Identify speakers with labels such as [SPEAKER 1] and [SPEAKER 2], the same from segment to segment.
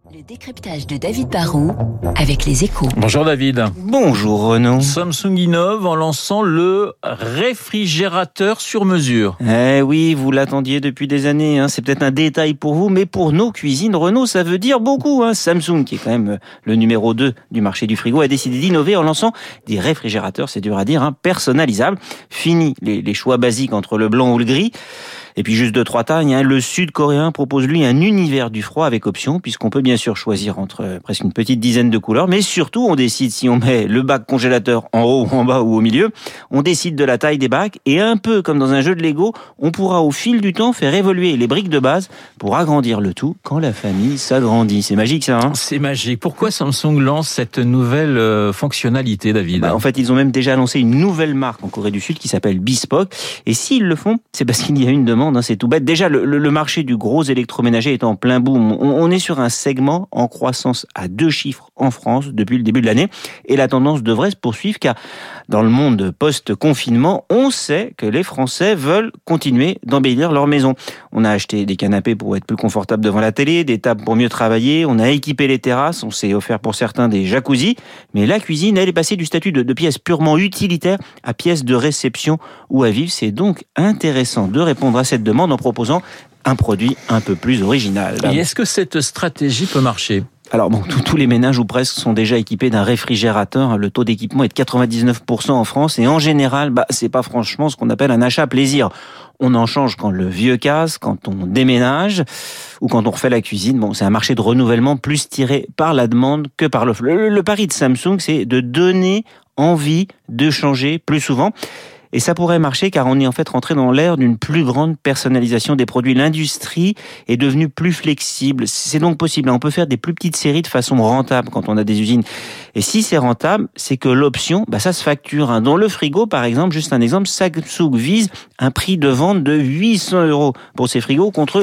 [SPEAKER 1] Le décryptage de David Barrault avec Les Échos.
[SPEAKER 2] Bonjour David.
[SPEAKER 3] Bonjour Renaud.
[SPEAKER 2] Samsung innove en lançant le réfrigérateur sur mesure.
[SPEAKER 3] Eh oui, vous l'attendiez depuis des années. C'est peut-être un détail pour vous, mais pour nos cuisines, Renaud, ça veut dire beaucoup. Samsung, qui est quand même le numéro 2 du marché du frigo, a décidé d'innover en lançant des réfrigérateurs, c'est dur à dire, personnalisables. Fini les choix basiques entre le blanc ou le gris. Et puis juste 2-3 tailles, le sud-coréen propose lui un univers du froid avec option, puisqu'on peut bien sûr choisir entre presque une petite dizaine de couleurs, mais surtout on décide si on met le bac congélateur en haut, en bas ou au milieu, on décide de la taille des bacs, et un peu comme dans un jeu de Lego, on pourra au fil du temps faire évoluer les briques de base pour agrandir le tout quand la famille s'agrandit. C'est magique ça,
[SPEAKER 2] C'est magique. Pourquoi Samsung lance cette nouvelle fonctionnalité, David?
[SPEAKER 3] En fait, ils ont même déjà lancé une nouvelle marque en Corée du Sud qui s'appelle Bespoke, et s'ils le font, c'est parce qu'il y a une demande. C'est tout bête. Déjà, le marché du gros électroménager est en plein boom. On est sur un segment en croissance à 2 chiffres en France depuis le début de l'année. Et la tendance devrait se poursuivre car dans le monde post-confinement, on sait que les Français veulent continuer d'embellir leur maison. On a acheté des canapés pour être plus confortable devant la télé, des tables pour mieux travailler, on a équipé les terrasses, on s'est offert pour certains des jacuzzis. Mais la cuisine, elle est passée du statut de pièce purement utilitaire à pièce de réception ou à vivre. C'est donc intéressant de répondre à cette demande en proposant un produit un peu plus original.
[SPEAKER 2] Et est-ce que cette stratégie peut marcher ?
[SPEAKER 3] Alors tous les ménages ou presque sont déjà équipés d'un réfrigérateur. Le taux d'équipement est de 99% en France et en général, c'est pas franchement ce qu'on appelle un achat plaisir. On en change quand le vieux casse, quand on déménage ou quand on refait la cuisine. C'est un marché de renouvellement plus tiré par la demande que par l'offre. Le pari de Samsung, c'est de donner envie de changer plus souvent. Et ça pourrait marcher car on est en fait rentré dans l'ère d'une plus grande personnalisation des produits. L'industrie est devenue plus flexible. C'est donc possible. On peut faire des plus petites séries de façon rentable quand on a des usines. Et si c'est rentable, c'est que l'option, ça se facture. Dans le frigo, par exemple, juste un exemple, Samsung vise un prix de vente de 800 € pour ces frigos contre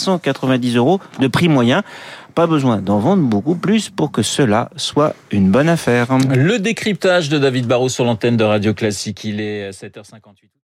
[SPEAKER 3] 490 € de prix moyen. Pas besoin d'en vendre beaucoup plus pour que cela soit une bonne affaire.
[SPEAKER 2] Le décryptage de David Barrault sur l'antenne de Radio Classique, il est 7h58.